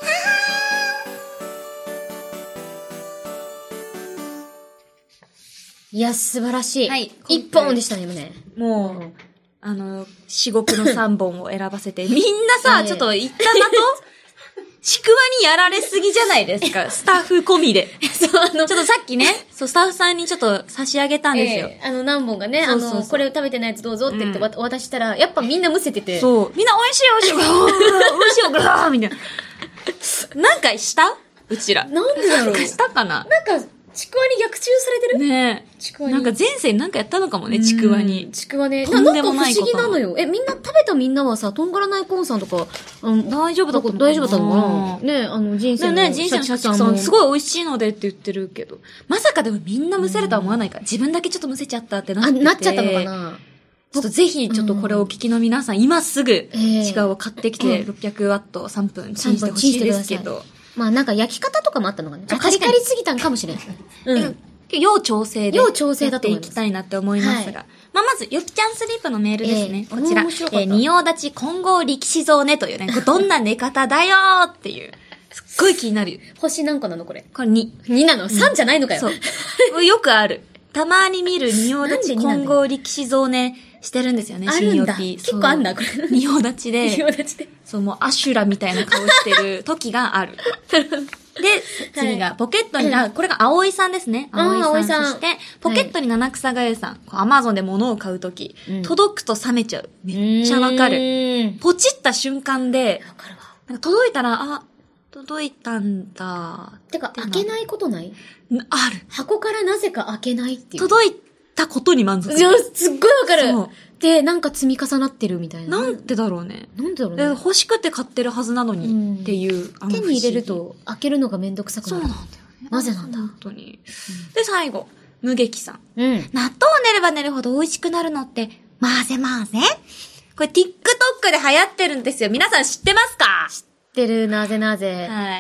S1: いや、素晴らしい。
S2: はい
S1: 一本でしたね、今ね。
S2: もう、至極の3本を選ばせて、みんなさ、ちょっと一旦だと、ちくわにやられすぎじゃないですか、スタッフ込みで。
S1: そう、
S2: ちょっとさっきね、スタッフさんにちょっと差し上げたんですよ。
S1: 何本かね、
S2: そうそうそう
S1: これ食べてないやつどうぞって言ってお渡ししたら、やっぱみんなむせてて。
S2: そう。みんな美味しい美味しい、美味しいよ、グラーみたいな。なんかしたうちら。
S1: なんでだろう。
S2: なんかしたかな
S1: なんか、ちくわに逆襲されてる
S2: ねえ。
S1: ちくわに。
S2: なんか前世なんかやったのかもね、ちくわに。
S1: ちくわね。
S2: とんでもないこと
S1: んか不思議なのよ。みんな食べたみんなはさ、とんがらないコーンさんとか、
S2: 大丈夫だったのかな
S1: 大丈夫だったのかなね、人生の。
S2: ね、人生のシャキさん、すごい美味しいのでって言ってるけど。まさかでもみんなむせるとは思わないから、自分だけちょっとむせちゃったってなってて。
S1: なっちゃったのかな。
S2: ちょっとぜひ、ちょっとこれをお聞きの皆さん、今すぐ、ちくわを買ってきて、600ワット3分チンしてほしいですけど。
S1: まあなんか焼き方とかもあったのかな。カリカリすぎたんかもしれない。うん。
S2: 要調整で。
S1: 要調整だと
S2: 思います。やっていきたいなって思いますが。まあ、まず、よきちゃんスリープのメールですね。こちら。仁王立ち混合力士像ねというね、どんな寝方だよーっていう。すっごい気になる。
S1: 星何個なのこれ。
S2: これ2。
S1: 2なの ?3 じゃないのかよ。
S2: そう。よくある。たまに見る仁王立ち混合力士像ねしてるんですよね、
S1: 新予期。結構あんだ、これ。
S2: 仁王立ちで。
S1: 仁王立ちで。
S2: そう、もうアシュラみたいな顔してる時がある。で、次が、ポケットに、これが葵さんですね。葵さん。そして、ポケットに七草がゆさん。アマゾンで物を買うとき、届くと冷めちゃう。めっちゃわかる。ポチった瞬間で、なんか届いたら、届いたんだ。
S1: てか、開けないことない？
S2: ある。
S1: 箱からなぜか開けないっていう。
S2: 届いたことに満足。
S1: すっごいわかる。そう。で、なんか積み重なってるみたいな。
S2: なんでだろうね。
S1: なんでだろうね。
S2: 欲しくて買ってるはずなのにっていう。
S1: 手に入れると開けるのがめんどくさくなる。
S2: そうなんだよね。
S1: なぜなんだ。
S2: 本当に。で、最後、無劇さん。
S1: 納豆を
S2: 練れば練るほど美味しくなるのって、混ぜ混ぜ。これ TikTok で流行ってるんですよ。皆さん知ってますか？
S1: 知ってる、なぜ。はい。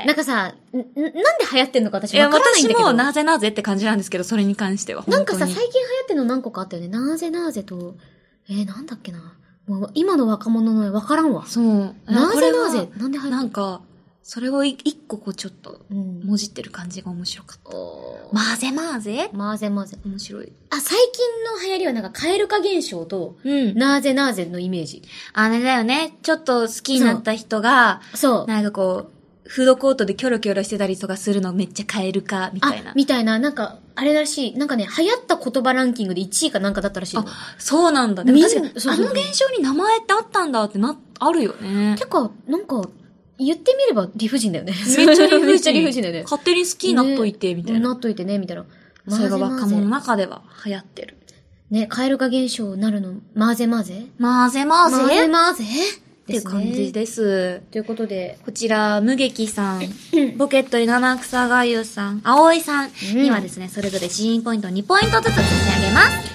S1: なんかさ、なんで流行ってんのか私わからないんだけど。
S2: 私もなぜって感じなんですけど、それに関しては。
S1: なんかさ、最近流行ってんの何個かあったよね。なぜと、なんだっけな。もう今の若者のわからんわ。
S2: そう。
S1: なぜなんで流行ってんの？
S2: なんか、それを一個こうちょっと、もじってる感じが面白かった。混ぜ。
S1: 面
S2: 白い。
S1: 最近の流行りはなんか、蛙化現象と、なぜのイメージ。
S2: あれだよね。ちょっと好きになった人が、
S1: そう。
S2: なんかこう、フードコートでキョロキョロしてたりとかするのめっちゃ蛙化みたいな。
S1: みたいな、なんか、あれらしい。なんかね、流行った言葉ランキングで1位かなんかだったらしいの。
S2: そうなんだ。でも確かに、あの現象に名前ってあったんだってあるよね。
S1: てか、なんか、言ってみれば理不尽だよね。
S2: めっちゃ理不尽
S1: だよね。
S2: 勝手に好きになっといて、みたいな。
S1: なっといてね、みたいな。
S2: それが若者の中では流行ってる。
S1: ね、蛙化現象になるの、混ぜ
S2: っていう感じです。
S1: ということで、
S2: こちら、無劇さん、ポケットに七草がゆさん、葵さんにはですね、それぞれシーンポイント2ポイントずつ差し上げます。
S1: はい。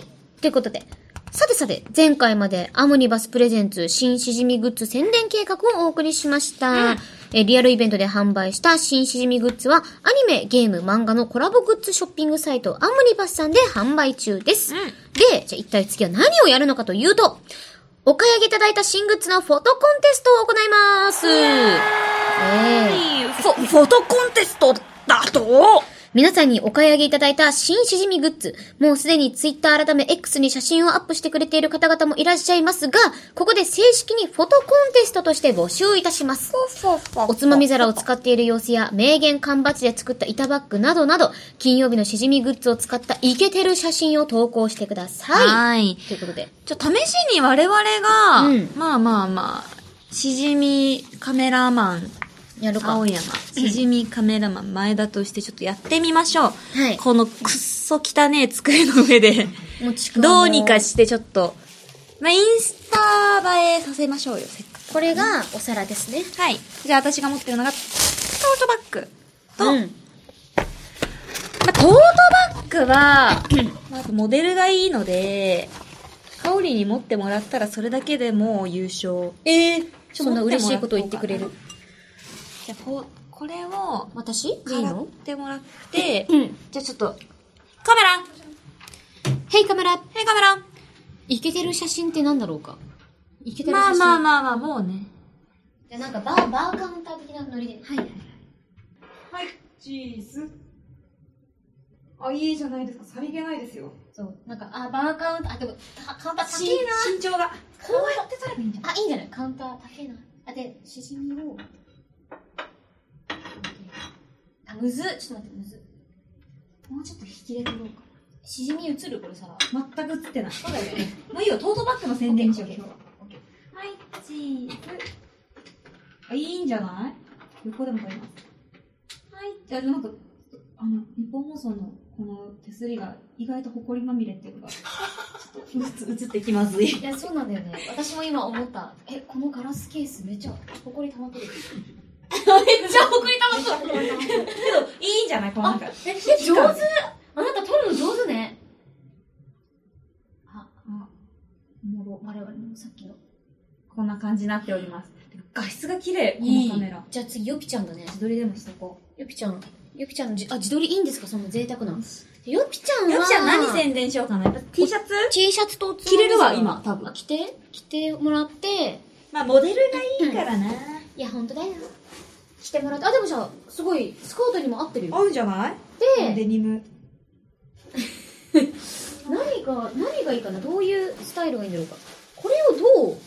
S1: ということで、さて、前回までアムニバスプレゼンツ新しじみグッズ宣伝計画をお送りしました。リアルイベントで販売した新しじみグッズは、アニメ、ゲーム、漫画のコラボグッズショッピングサイトアムニバスさんで販売中です。で、じゃあ一体次は何をやるのかというと、お買い上げいただいた新グッズのフォトコンテストを行います。
S2: フォトコンテストだと
S1: 皆さんにお買い上げいただいた新しじみグッズ、もうすでにツイッター改め X に写真をアップしてくれている方々もいらっしゃいますが、ここで正式にフォトコンテストとして募集いたします。おつまみ皿を使っている様子や名言缶バッジで作った板バッグなどなど、金曜日のしじみグッズを使ったイケてる写真を投稿してください。
S2: はい。
S1: ということで。
S2: 試しに我々が、まあ、しじみカメラマン、
S1: やるか。
S2: 青山、しじみカメラマン前田としてちょっとやってみましょう。
S1: はい。
S2: このくっそ汚ねえ机の上で、どうにかしてちょっと、インスタ映えさせましょうよ、せっかく。
S1: これがお皿ですね。
S2: はい。じゃあ私が持ってるのが、トートバッグと、トートバッグは、モデルがいいので、香りに持ってもらったらそれだけでもう優勝。
S1: そんな嬉しいこと言ってくれる。
S2: じゃあ、これを、
S1: 私いい
S2: 買
S1: の
S2: ってもらって、
S1: うん。
S2: じゃあちょっと、カメラ
S1: ヘイカメラ
S2: ヘイカメラ
S1: イケてる写真ってなんだろうか。イケてる写真。
S2: まあ、もうね。
S1: じゃあなんかバーカウンター的なノリで。はい。
S4: はい、チーズ。あ、いいじゃないですか。さりげないですよ。
S1: そう。なんか、バーカウンター、でも、カウンター高いな。
S4: 身長が。こうやって撮ればいいんじゃない？
S1: いいんじゃないカウンター高いな。で、しじみを。むずっ。ちょっと待って、むずっ。もうちょっと引きで撮ろうか。しじみ映るこれさ。
S4: 全く映ってない。
S1: そうだよね。
S4: もういいよ、トートバッグの宣伝にしよう、
S1: オッケー
S4: 今日は。はい、チーズ。あ、いいんじゃない横でも撮ります。はい。じゃあ、なんか、日本放送のこの手すりが意外と埃まみれっていうか、ちょっと映って気まずい。
S1: いや、そうなんだよね。私も今思った。このガラスケースめっちゃ埃溜まってる。めっちゃ埃溜まってる。
S4: けど、いいんじゃないこのなんか。
S1: 上手あなた撮るの上手ね。我々のさっきの。
S4: こんな感じになっております。画質が綺麗、こ
S1: いい
S4: のカメラ。
S1: じゃあ次、ヨピちゃんだね。
S4: 自撮りでもしとこう。
S1: ヨピちゃんの自撮りいいんですかその贅沢な。ヨピちゃんは。
S4: よっちゃん何宣伝しようかな。やっぱ T シャツ
S1: T シャツと
S4: 着れるわ、今、多分。
S1: 着てもらって。
S4: まあ、モデルがいいからな。
S1: いや、ほんとだよ。着てもらって。でもさ、すごい、スカートにも合ってるよ。
S4: 合うんじゃない
S1: で、
S4: デニム。
S1: 何がいいかなどういうスタイルがいいんだろうか。これをどう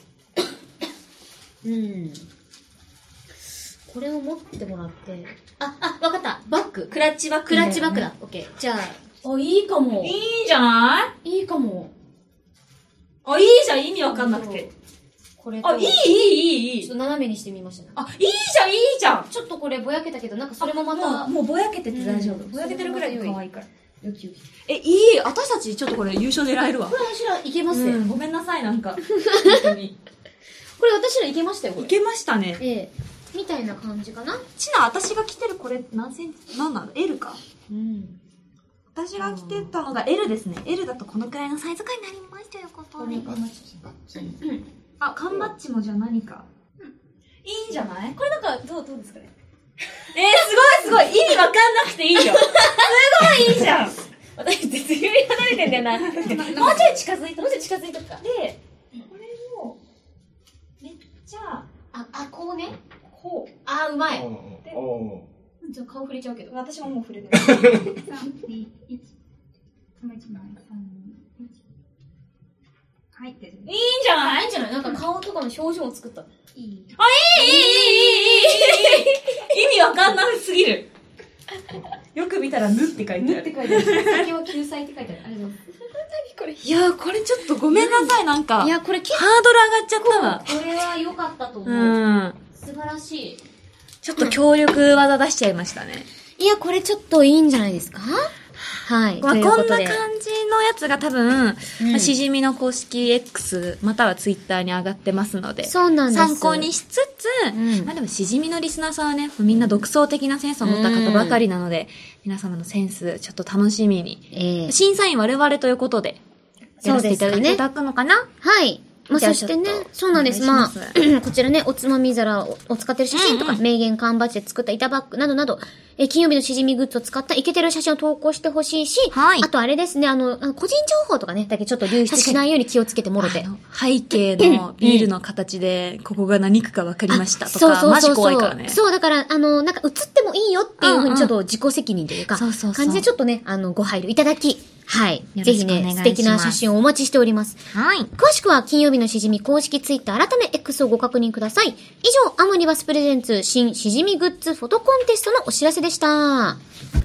S1: これを持ってもらって。わかった。バッグ。
S4: クラッチバッグ。
S1: クラッチバッグだ。オッケー。じゃあ。いいかも。
S4: いいんじゃない
S1: いいかも。
S4: いいじゃん、意味わかんなくて。
S1: これと。
S4: いい。
S1: ちょっと斜めにしてみましたね。
S4: いいじゃん。
S1: ちょっとこれぼやけたけど、なんかそれもまた。
S4: もうぼやけてて大丈夫。ぼやけてるぐらい可愛いから。
S1: よき。
S4: いい。私たちちょっとこれ優勝狙えるわ。
S1: これ私らいけますよ。
S4: ごめんなさい、なんか。本当に。
S1: これ私らいけましたよ、これ。
S4: いけましたね。
S1: みたいな感じかな。
S4: 私が着てるこれ何センチなんだ ?L か。私が着てたのが L ですね。L だとこのくらいのサイズ感になりますということで。缶バッジもじゃあ何か。いいんじゃない
S1: これなんか、どうですかね。
S4: すごい意味わかんなくていいよ。すごいいいじゃん。
S1: 私、絶妙に離れてんだよな。もうちょい近づいとくか。で、
S4: これを、めっちゃ、
S1: こうね。
S4: こう。
S1: うまい。じゃあ顔触れちゃうけど。
S4: 私ももう触れてる。3、2、1。3、1、3、2、1。はいって。いいんじゃない
S1: なんか顔とかの表情を作った。
S4: いい。意味わかんなすぎる。よく見たら、ぬって書いてある。
S1: ぬって書いてある。先は救済って書いてある。ありがとうございます。何これ。
S2: いやー、これちょっとごめんなさい、なんか。
S1: いや、これ結構。
S2: ハードル上がっちゃったわ。
S1: これは良かったと思う。素晴らしい。
S2: ちょっと強力技出しちゃいましたね。
S1: いや、これちょっといいんじゃないですか？はい。
S2: こんな感じのやつが多分、しじみの公式 X または Twitter に上がってますので、
S1: そうなんです。
S2: 参考にしつつ、でもしじみのリスナーさんはね、みんな独創的なセンスを持った方ばかりなので、皆様のセンスちょっと楽しみに、審査員我々ということで、やらせていただくのかな？
S1: はい。そしてね、そうなんです。こちらね、おつまみ皿を使ってる写真とか、名言缶バッジで作った板バッグなどなど、金曜日のしじみグッズを使ったイケてる写真を投稿してほしいし、あとあれですね、個人情報とかね、だけちょっと流出しないように気をつけてもろて。
S2: 背景のビールの形で、ここが何区か分かりましたとか、マジ怖いからね。
S1: そう、だから、なんか映ってもいいよっていうふうにちょっと自己責任というか、感じでちょっとね、ご配慮いただき、はい。ぜひね、素敵な写真をお待ちしております。
S2: はい。
S1: 詳しくは金曜日のしじみ公式ツイッター改め X をご確認ください。以上、アムニバスプレゼンツ新しじみグッズフォトコンテストのお知らせでした。青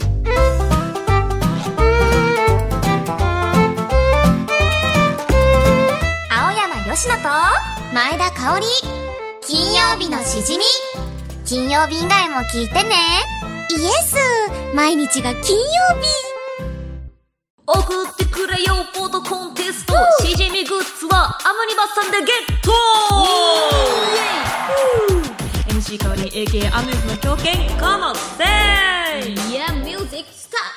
S3: 山よしのと前田香織金曜日のしじみ金曜日以外も聞いてね。イエス毎日が金曜日。
S2: 送ってくれよフォトコンテスト。しじみグッズはアムニバスさんでゲット。MC 代わり AK アミューズの狂犬かませー。
S1: Yeah, music start.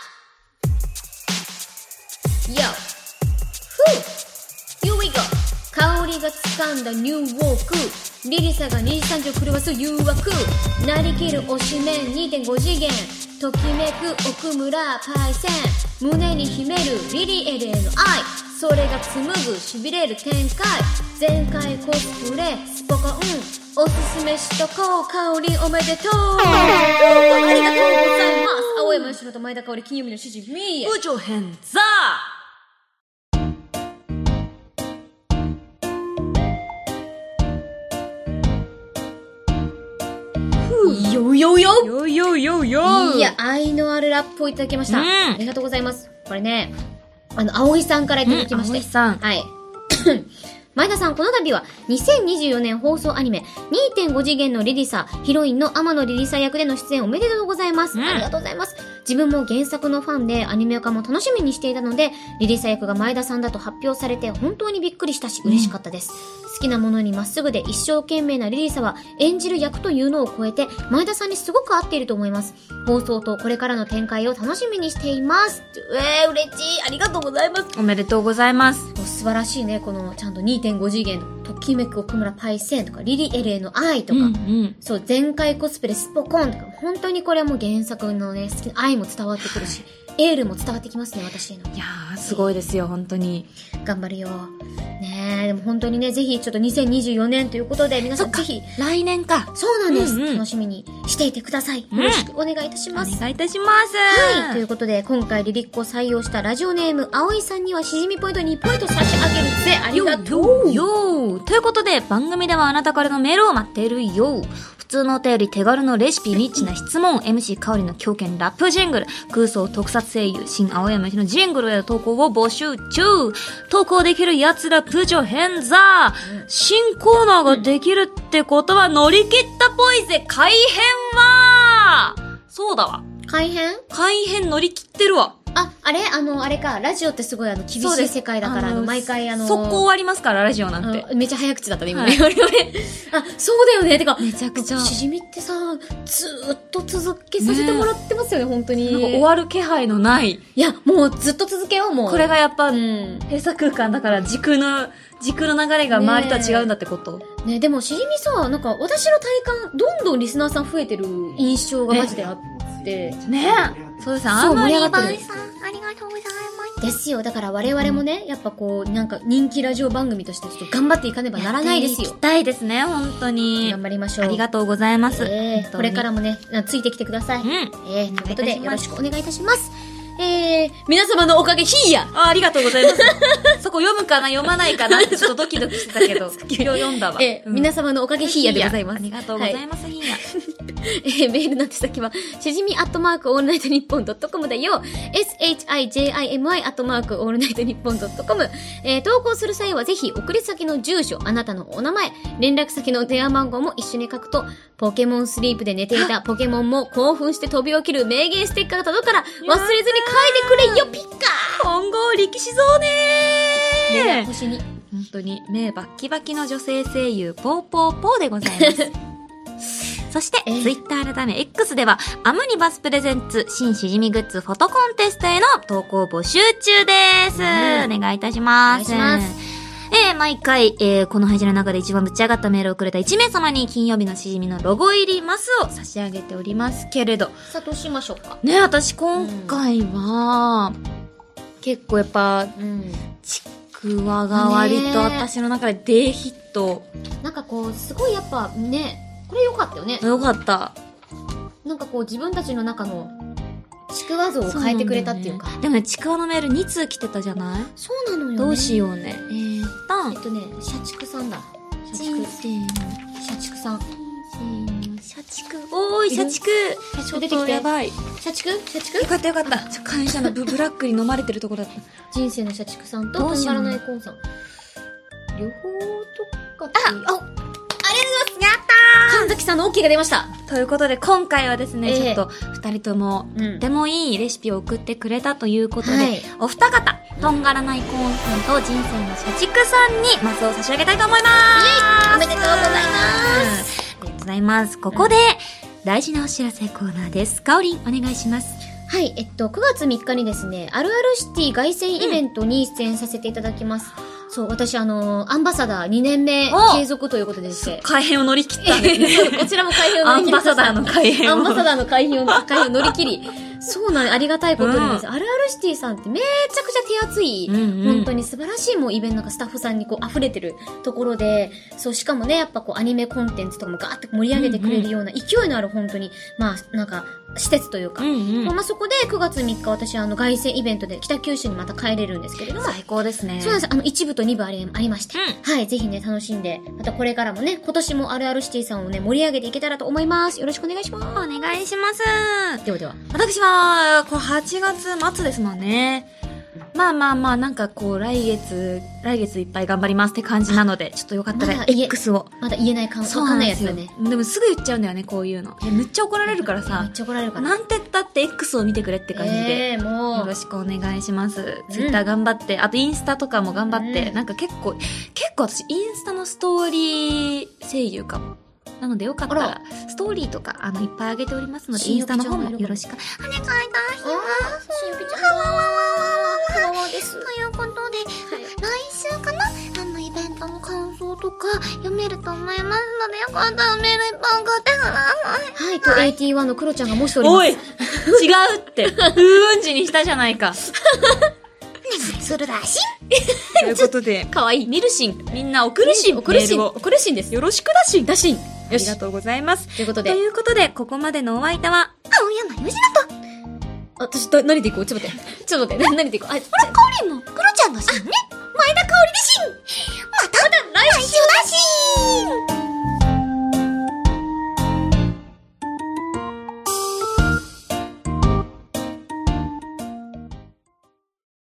S1: Yo, Here we go. 香りが掴んだニューウォーク。 リリサが2時3時を狂わす誘惑。なりきる推しメン 2.5 次元。ときめく奥村パイセン。胸に秘めるリリエルへの愛。それが紡ぐ痺れる展開。全開コスプレスポコン。おすすめしとこう。香りおめでとう。ありがとうございます。青山吉野と前田香織金曜日のしじみ。
S2: 部長編ザ
S1: よよよ
S2: よよよよ
S1: いや、愛のあるラップをいただきました。ありがとうございます。これね、葵さんからいただきまして。
S2: 葵さん。
S1: はい。前田さん、この度は2024年放送アニメ 2.5 次元のリリサ、ヒロインの天野リリサ役での出演おめでとうございます。ありがとうございます。自分も原作のファンでアニメ化も楽しみにしていたので、リリサ役が前田さんだと発表されて本当にびっくりしたし嬉しかったです。好きなものにまっすぐで一生懸命なリリサは演じる役というのを超えて前田さんにすごく合っていると思います。放送とこれからの展開を楽しみにしています。嬉しい。ありがとうございます。
S2: おめでとうございます。
S1: 素晴らしいね。このちゃんと 2.5 次元のときめく奥村パイセンとかリリエルへの愛とか、そう全開コスプレスポコンとか、本当にこれはもう原作のね好きな愛も伝わってくるし、エールも伝わってきますね、私への。
S2: いやー、すごいですよ、本当に。
S1: 頑張るよ。ねえ、でも本当にね、ぜひちょっと2024年ということで、皆さんぜひ。
S2: 来年か。
S1: そうなんです。楽しみにしていてください。よろしくお願いいたします。
S2: お願いいたします。
S1: はい。ということで、今回リリックを採用したラジオネーム、葵さんにはしじみポイント2ポイント差し上げるぜ。ありがとう。
S2: よー。ということで、番組ではあなたからのメールを待っているよ。普通のお便り、手軽のレシピ、ニッチな質問、MC 香りの狂犬ラップジングル、空想特撮声優、新青山日のジングルへの投稿を募集中。投稿できる奴らプチョ変座、新コーナーができるってことは乗り切ったっぽいぜ。改編はそうだわ。
S1: 改編
S2: 乗り切ってるわ。
S1: あれか、ラジオってすごい厳しい世界だから、毎回
S2: 速攻終わりますから、ラジオなんて。
S1: めっちゃ早口だったね、今ね。あ、そうだよね。てか、
S2: めちゃくちゃ。
S1: しじみってさ、ずーっと続けさせてもらってますよね、本当に。
S2: なんか終わる気配のない。
S1: いや、もうずっと続けよう、もう。
S2: これがやっぱ、閉鎖空間だから時空の流れが周りとは違うんだってこと。
S1: ね、でもしじみさ、なんか私の体感、どんどんリスナーさん増えてる印象がマジであって。
S2: ねえ。そうですね。
S1: 盛り上がってる。
S3: ありがとうございます。
S1: ですよ。だから我々もね、やっぱこう、なんか人気ラジオ番組としてちょっと頑張っていかねばならないですよ。
S2: 行きたいですね、本当に。
S1: 頑張りましょう。
S2: ありがとうございます。
S1: これからもね、ついてきてください。ということで、よろしくお願いいたします。皆様のおかげヒーヤ。
S2: ありがとうございます。そこ読むかな読まないかなってちょっとドキドキしてたけど、今日読んだわ。
S1: 皆様のおかげヒーヤでございます。
S2: ありがとうございます、ヒーヤ。
S1: メールの手先は、しじみ@オールナイトニッポン.com だよ。shijimi @オールナイトニッポン.com。投稿する際はぜひ、送り先の住所、あなたのお名前、連絡先の電話番号も一緒に書くと、ポケモンスリープで寝ていたポケモンも興奮して飛び起きる名言ステッカーが届くから忘れずに書いてくれよ、ピッカー。
S2: 今後力士ぞね
S1: ー。星に。
S2: 本当に、目バッキバキの女性声優、ポーポーポーでございます。そして、ツイッター改め X では、アムニバスプレゼンツ新しじみグッズフォトコンテストへの投稿募集中です。お願いいたします。
S1: お願いします。
S2: 毎回、この配信の中で一番ぶち上がったメールをくれた1名様に金曜日のしじみのロゴ入りマスを差し上げておりますけれど。
S1: さあ、どうしましょうか。
S2: ね、私今回は、結構やっぱ、ちくわが割と私の中でデーヒット。
S1: なんかこう、すごいやっぱね、これ良かったよね。
S2: 良かった。
S1: なんかこう自分たちの中のちくわ像を変えてくれたっていうか。
S2: でもね、ちくわのメール2通来てたじゃない？
S1: そうなのよね。
S2: どうしようね。
S1: 社畜さんだ。
S2: 人生の
S1: 社畜さん。
S2: 社畜。おーい、社畜。
S1: 社畜出てきて。
S2: やばい。
S1: 社畜
S2: よかったよかった。会社のブラックに飲まれてるとこだった。
S1: 人生の社畜さんと、とんがらないコンさん。両方とかっていう。ありがとうございます。やったー。神崎さんの OK が出ました。
S2: ということで、今回はですね、ちょっと、二人とも、とてもいいレシピを送ってくれたということで、お二方、とんがらないコーンさんと人生の社畜さんに、マスを差し上げたいと思います。
S1: おめでとうございます。
S2: ありがとうございます。ここで、大事なお知らせコーナーです。かおりん、お願いします。
S1: はい、9月3日にですね、あるあるシティ凱旋イベントに出演させていただきます。 そう、私アンバサダー2年目継続ということでして。
S2: 改編を乗り切ったね。
S1: こちらも改編を乗り切りました。
S2: アンバサダーの改編を。
S1: アンバサダーの改編を乗り切り。そうなん、ありがたいことにです。あるあるシティさんってめちゃくちゃ手厚い、本当に素晴らしいもうイベントなんかスタッフさんにこう溢れてるところで、そう、しかもね、やっぱこうアニメコンテンツとかもガーって盛り上げてくれるような勢いのある本当に、まあ、なんか、施設というか、まあそこで9月3日私凱旋イベントで北九州にまた帰れるんですけれども。
S2: 最高ですね。
S1: そうなんです。1部と2部ありまして。はい、ぜひね、楽しんで、またこれからもね、今年もあるあるシティさんをね、盛り上げていけたらと思います。よろしくお願いします。
S2: お願いします。
S1: ではでは。
S2: 私は、これ8月末ですもんね。まあ、なんかこう、来月いっぱい頑張りますって感じなので、ちょっとよかったら X を。
S1: まだ言えないわかんないやつだね。
S2: でもすぐ言っちゃうんだよね、こういうの。いや、めっちゃ怒られるからさ。
S1: めっちゃ怒られるから。
S2: なんて言ったって X を見てくれって感じで。
S1: もう。
S2: よろしくお願いします。Twitter 頑張って、あとインスタとかも頑張って、なんか結構私インスタのストーリー声優かも。なのでよかったら、ストーリーとか、いっぱいあげておりますので、インスタの方もよろしくお願いいたします。
S3: です。ということで、来週かなイベントの感想とか読めると思いますので、よかったらメールいっぱい送ってください。
S1: はい、と AT1 のクロちゃんが申しております。
S2: おい違うって風雲児にしたじゃないか。
S3: するらしい。
S2: ということで、
S1: かわいい。
S2: ミルシン、みんな送るしん。
S1: 送るしんです。
S2: よろしくだしん。
S1: だしん。
S2: ありがとうございます。
S1: ということで、
S2: ここまでのお相手は、
S3: 青山よしだと。
S1: 私、何でいこうちょっと待って。何でいこう
S3: これ、かおりんのクロちゃんのシーンね。前田香織でシーン。また来週だしー